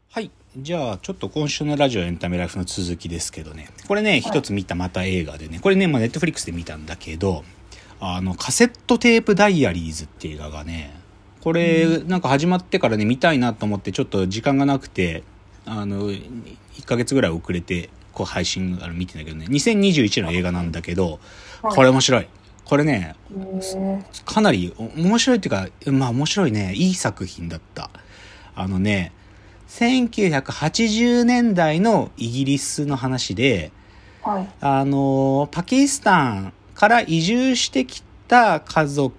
はい。じゃあ、ちょっと今週のラジオエンタメライフの続きですけどね。これね、一つ見たまた映画でね。これね、ネットフリックスで見たんだけど、カセットテープダイアリーズって映画がね、これ、なんか始まってからね、見たいなと思ってちょっと時間がなくて、1ヶ月ぐらい遅れて、こう配信見てんだけどね、2021の映画なんだけど、これ面白い。これね、かなり面白いっていうか、面白いね、いい作品だった。1980年代のイギリスの話で、パキスタンから移住してきた家族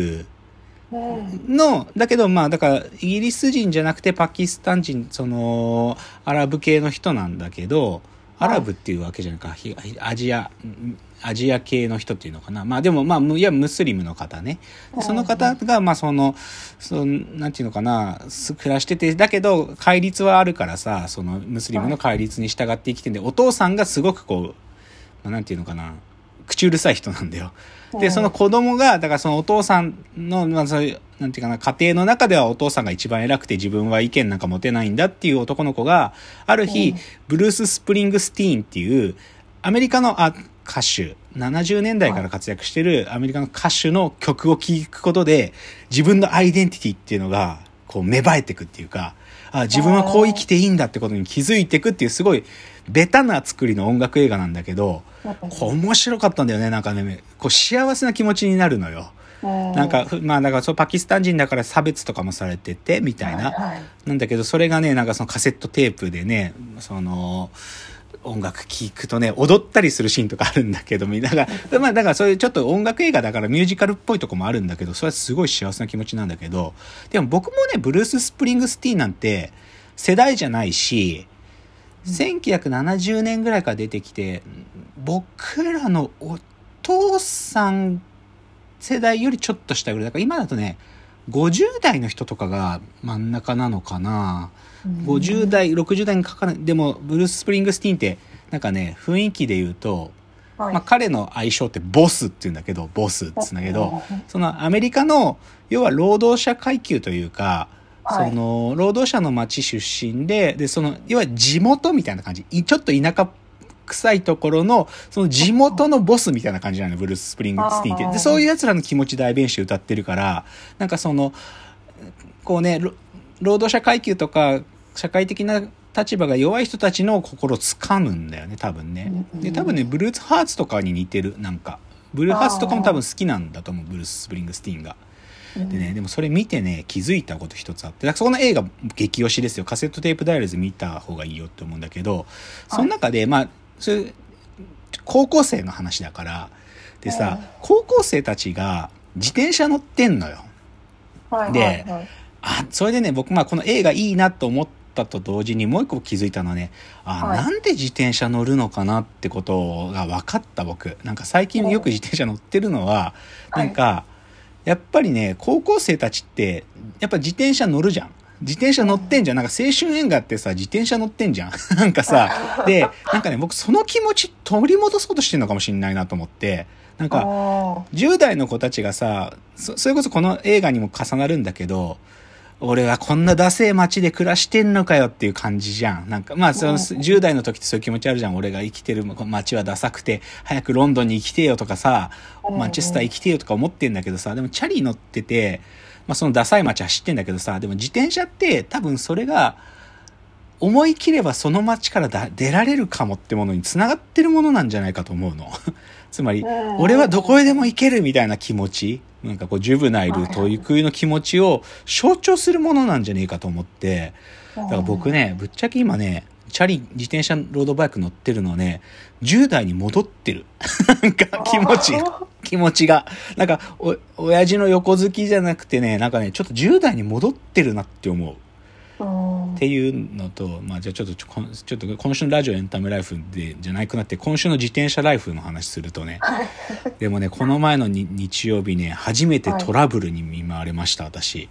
の、だけどだからイギリス人じゃなくてパキスタン人、アラブ系の人なんだけど、アラブっていうわけじゃないか、アジア系の人っていうのかな。でもいやムスリムの方ね。その方がなんていうのかな、暮らしてて、だけど戒律はあるからさ、そのムスリムの戒律に従って生きてんで、お父さんがすごくこう、なんていうのかな、口うるさい人なんだよ。で、その子供が、だからそのお父さんの、そういう、なんていうかな、家庭の中ではお父さんが一番偉くて自分は意見なんか持てないんだっていう男の子が、ある日、ブルース・スプリングスティーンっていう、アメリカの歌手、70年代から活躍してるアメリカの歌手の曲を聴くことで、自分のアイデンティティっていうのが、こう芽生えてくっていうか、自分はこう生きていいんだってことに気づいてくっていう、すごいベタな作りの音楽映画なんだけど、面白かったんだよね。なんかね、こう幸せな気持ちになるのよ。なんかだからそうパキスタン人だから差別とかもされててみたいな、なんだけど、それがね、なんかそのカセットテープでね、音楽聴くとね、踊ったりするシーンとかあるんだけど、だからそういうちょっと音楽映画だからミュージカルっぽいとこもあるんだけど、それはすごい幸せな気持ちなんだけど、でも僕もね、ブルース・スプリングスティーンなんて世代じゃないし、1970年ぐらいから出てきて、僕らのお父さん世代よりちょっと下ぐらいだから、今だとね、50代の人とかが真ん中なのかな。50代、60代にかかる。でも、ブルース・スプリングスティーンって、なんかね、雰囲気で言うと、彼の愛称ってボスって言うんだけど、ボスって言うんだけど、そのアメリカの、要は労働者階級というか、労働者の町出身で、要は地元みたいな感じ。ちょっと田舎臭いところの、その地元のボスみたいな感じなの、ブルース・スプリングスティーンって。で、そういう奴らの気持ち代弁して歌ってるから、なんかこうね、労働者階級とか、社会的な立場が弱い人たちの心を掴むんだよね、多分ね。で、多分ね、ブルーハーツとかに似てる、なんか。ブルーハーツとかも多分好きなんだと思う、ブルース・スプリングスティーンが。でね、でもそれ見てね、気づいたこと一つあって、だからそこの映画激推しですよ。カセットテープダイヤルズ見た方がいいよって思うんだけど、その中で、そういう高校生の話だから、でさ、高校生たちが自転車乗ってんのよ。で、それでね、僕この映画いいなと思ったと同時にもう一個気づいたのはね、なんで自転車乗るのかなってことが分かった僕。なんか最近よく自転車乗ってるのは、なんか、やっぱりね、高校生たちって、やっぱ自転車乗るじゃん。自転車乗ってんじゃん。なんか青春映画ってさ、自転車乗ってんじゃん。なんかさ、で、なんかね、僕その気持ち取り戻そうとしてるのかもしれないなと思って、なんか、10代の子たちがさ、それこそこの映画にも重なるんだけど、俺はこんなダセえ街で暮らしてんのかよっていう感じじゃん。なんかその10代の時ってそういう気持ちあるじゃん。俺が生きてる街はダサくて早くロンドンに生きてよとかさ、マンチェスター生きてよとか思ってんだけどさ、でもチャリ乗ってて、そのダサい街走ってんだけどさ、でも自転車って多分それが思い切ればその街から出られるかもってものに繋がってるものなんじゃないかと思うの。つまり俺はどこへでも行けるみたいな気持ち、なんかこうジュブナイルという国の気持ちを象徴するものなんじゃねえかと思って、だから僕ね、ぶっちゃけ今ね、自転車ロードバイク乗ってるのね、10代に戻ってる。なんか気持ちが。なんか親父の横好きじゃなくてね、なんかね、ちょっと10代に戻ってるなって思う。っていうのと、じゃあちょっと今週のラジオエンタメライフでじゃなくなって、今週の自転車ライフの話するとね、でもね、この前の日曜日ね、初めてトラブルに見舞われました、私。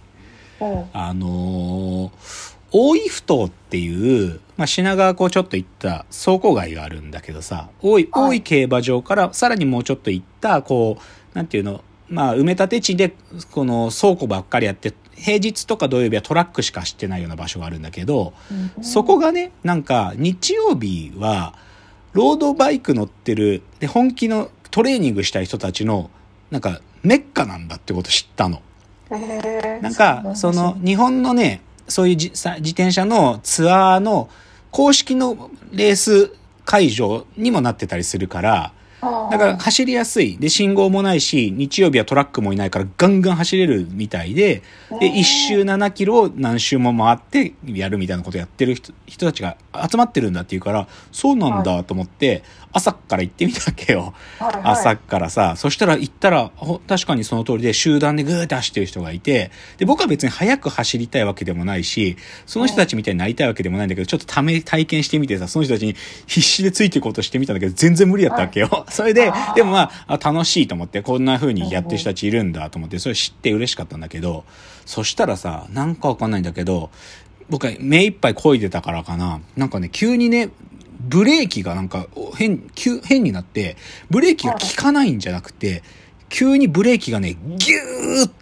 大井ふ頭っていう、品川こうちょっと行った倉庫街があるんだけどさ、大井競馬場からさらにもうちょっと行った、こう、なんていうの、埋め立て地で、この倉庫ばっかりやって平日とか土曜日はトラックしか走ってないような場所があるんだけど、そこがね、なんか日曜日はロードバイク乗ってる、で、本気のトレーニングしたい人たちの、なんかメッカなんだってこと知ったの。なんか、その日本のね、そういう自転車のツアーの公式のレース会場にもなってたりするから、だから走りやすい。で、信号もないし、日曜日はトラックもいないからガンガン走れるみたいで、で、1周7キロを何周も回ってやるみたいなことをやってる人たちが集まってるんだっていうから、そうなんだと思って、朝から行ってみたわけよ。朝からさ、そしたら行ったら、確かにその通りで集団でグーって走ってる人がいて、で、僕は別に速く走りたいわけでもないし、その人たちみたいになりたいわけでもないんだけど、ちょっと体験してみてさ、その人たちに必死でついていこうとしてみたんだけど、全然無理だったわけよ。それで、でもまあ、楽しいと思って、こんな風にやってる人たちいるんだと思って、それ知って嬉しかったんだけど、そしたらさ、なんかわかんないんだけど、僕は目いっぱい漕いでたからかな、なんかね、急にね、ブレーキがなんか変になって、ブレーキが効かないんじゃなくて、急にブレーキがね、ギューって、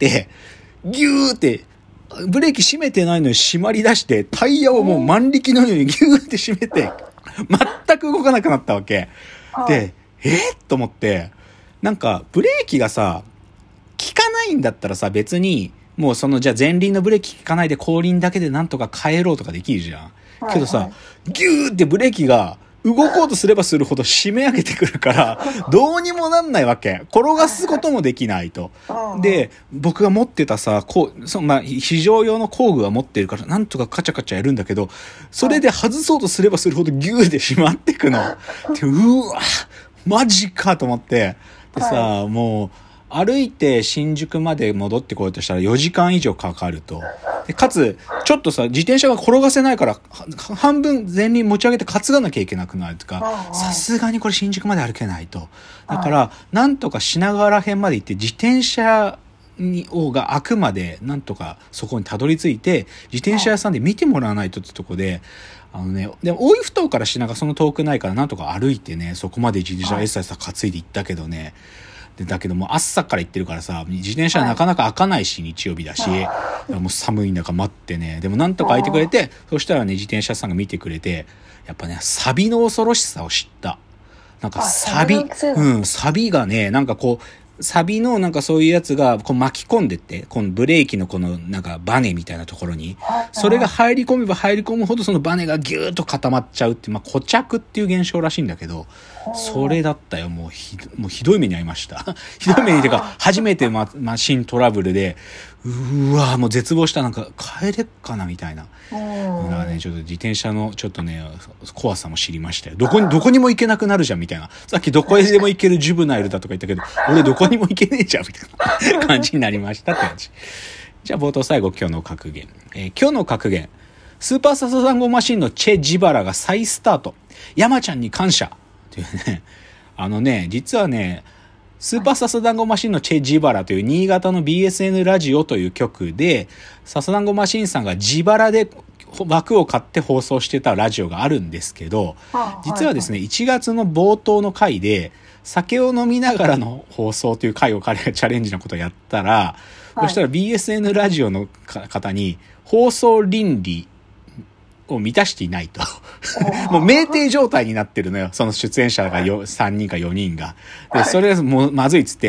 ブレーキ閉めてないのに閉まり出して、タイヤをもう万力のようにギューって閉めて、全く動かなくなったわけ。で、と思って、なんかブレーキがさ、効かないんだったらさ、別に、もうそのじゃあ前輪のブレーキ効かないで後輪だけでなんとか変えろとかできるじゃん。けどさ、ギューってブレーキが動こうとすればするほど締め上げてくるから、どうにもなんないわけ。転がすこともできないと。で、僕が持ってたさ、まあ、非常用の工具は持ってるから、なんとかカチャカチャやるんだけど、それで外そうとすればするほどギューで締まってくの。で、うわ、マジかと思って。でさ、もう、歩いて新宿まで戻ってこようとしたら4時間以上かかると。でかつ、ちょっとさ、自転車が転がせないから、半分前輪持ち上げて担がなきゃいけなくなるとか、さすがにこれ新宿まで歩けないと。だから、なんとか品川ら辺まで行って、自転車が開くまで、なんとかそこにたどり着いて、自転車屋さんで見てもらわないとってとこで、でも大井ふ頭から品川その遠くないから、なんとか歩いてね、そこまで自転車エッサイさ担いで行ったけどね、だけどもう朝から行ってるからさ、自転車なかなか開かないし、日曜日だし、もう寒い中待ってね、でもなんとか開いてくれて、そしたらね、自転車さんが見てくれて、やっぱね、サビの恐ろしさを知った。なんかサビがね、なんかこう、サビのなんかそういうやつがこう巻き込んでって、このブレーキのこのなんかバネみたいなところに、それが入り込めば入り込むほどそのバネがギューッと固まっちゃうっていう、まあ固着っていう現象らしいんだけど、それだったよ。もうひどい目に遭いました。ひどい目にっていうか、初めてマシントラブルで、うわもう絶望した。なんか帰れっかなみたいな。だからね、ちょっと自転車のちょっとね、怖さも知りましたよ。どこにも行けなくなるじゃんみたいな。さっきどこへでも行けるジュブナイルだとか言ったけど、俺どこにも行けねえじゃんみたいな感じになりましたって感じ。じゃあ冒頭最後今日の格言。今日の格言。スーパーササダンゴマシンのチェ・ジバラが再スタート。山ちゃんに感謝。っていうね。実はね、スーパーササダンゴマシンのチェ・ジバラという新潟の BSN ラジオという曲で、ササダンゴマシンさんが自腹で枠を買って放送してたラジオがあるんですけど、実はですね、1月の冒頭の回で、酒を飲みながらの放送という回を彼がチャレンジのことをやったら、そしたら BSN ラジオの方に放送倫理を満たしていないともう酩酊状態になってるのよ、その出演者が3人か4人が。でそれもうまずいっつって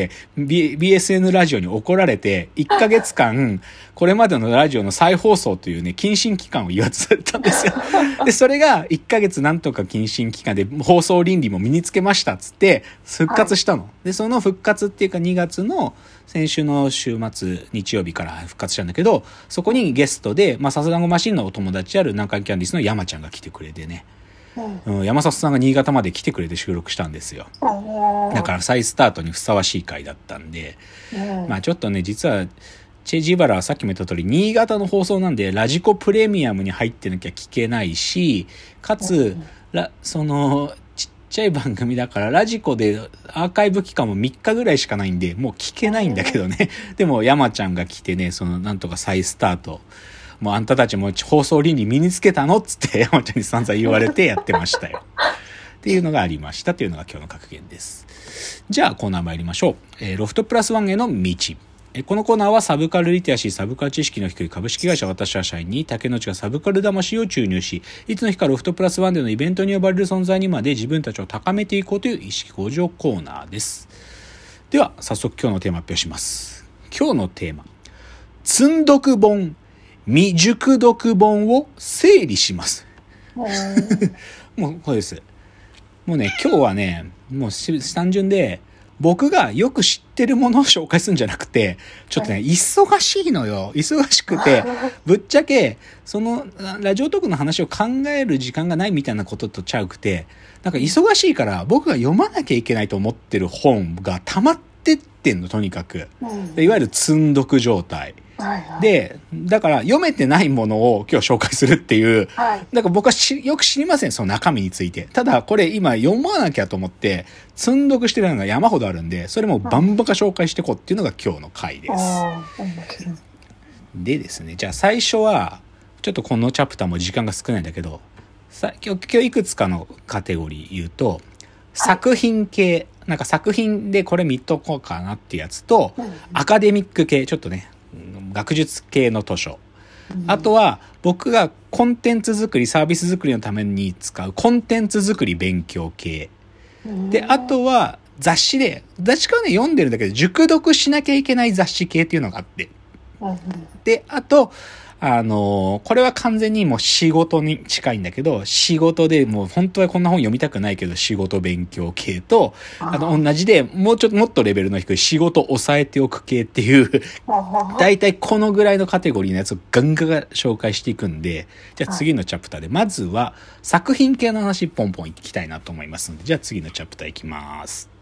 、BSN ラジオに怒られて1ヶ月間これまでのラジオの再放送というね謹慎期間を言わされたんですよ。でそれが1ヶ月なんとか謹慎期間で放送倫理も身につけましたっつって復活したの。でその復活っていうか2月の先週の週末日曜日から復活したんだけど、そこにゲストでササダンゴマシンのお友達である南海キャンディースの山ちゃんが来てくれてね、山里さんが新潟まで来てくれて収録したんですよ。だから再スタートにふさわしい回だったんで、ちょっとね実はチェジバラはさっきも言った通り新潟の放送なんでラジコプレミアムに入ってなきゃ聞けないし、かつそのちっちゃい番組だからラジコでアーカイブ期間も3日ぐらいしかないんでもう聞けないんだけどねでも山ちゃんが来てね、そのなんとか再スタート、もうあんたたちも放送倫理身につけたのっつって山ちゃんに散々言われてやってましたよっていうのがありましたというのが今日の格言です。じゃあコーナー参りましょう。ロフトプラスワンへの道。 このコーナーはサブカルリテラシー、サブカル知識の低い株式会社私は社員に竹之内がサブカル魂を注入し、いつの日かロフトプラスワンでのイベントに呼ばれる存在にまで自分たちを高めていこうという意識向上コーナーです。では早速今日のテーマ発表します。今日のテーマ、積読本、未熟読本を整理します。もうこれです。もうね、今日はね、もう単純で、僕がよく知ってるものを紹介するんじゃなくて、ちょっとね、忙しいのよ。忙しくて、ぶっちゃけ、その、ラジオトークの話を考える時間がないみたいなこととちゃうくて、なんか忙しいから僕が読まなきゃいけないと思ってる本が溜まってってんの、とにかく。いわゆる積読状態。で、だから読めてないものを今日紹介するっていう、だから僕はよく知りません、その中身について。ただこれ今読まなきゃと思って積読してるのが山ほどあるんで、それもバンバカ紹介していこうっていうのが今日の回です。でですね、じゃあ最初はちょっとこのチャプターも時間が少ないんだけど、今日いくつかのカテゴリー言うと、作品系、なんか作品でこれ見とこうかなっていうやつと、アカデミック系、ちょっとね、学術系の図書。あとは僕がコンテンツ作り、サービス作りのために使うコンテンツ作り勉強系。で、あとは雑誌からね、読んでるんだけど、熟読しなきゃいけない雑誌系っていうのがあって。で、あと、これは完全にもう仕事に近いんだけど、仕事でもう本当はこんな本読みたくないけど仕事勉強系と、同じでもっとレベルの低い仕事抑えておく系っていう、だいたいこのぐらいのカテゴリーのやつをガンガン紹介していくんで、じゃあ次のチャプターで、まずは作品系の話ポンポンいきたいなと思いますので、じゃあ次のチャプターいきます。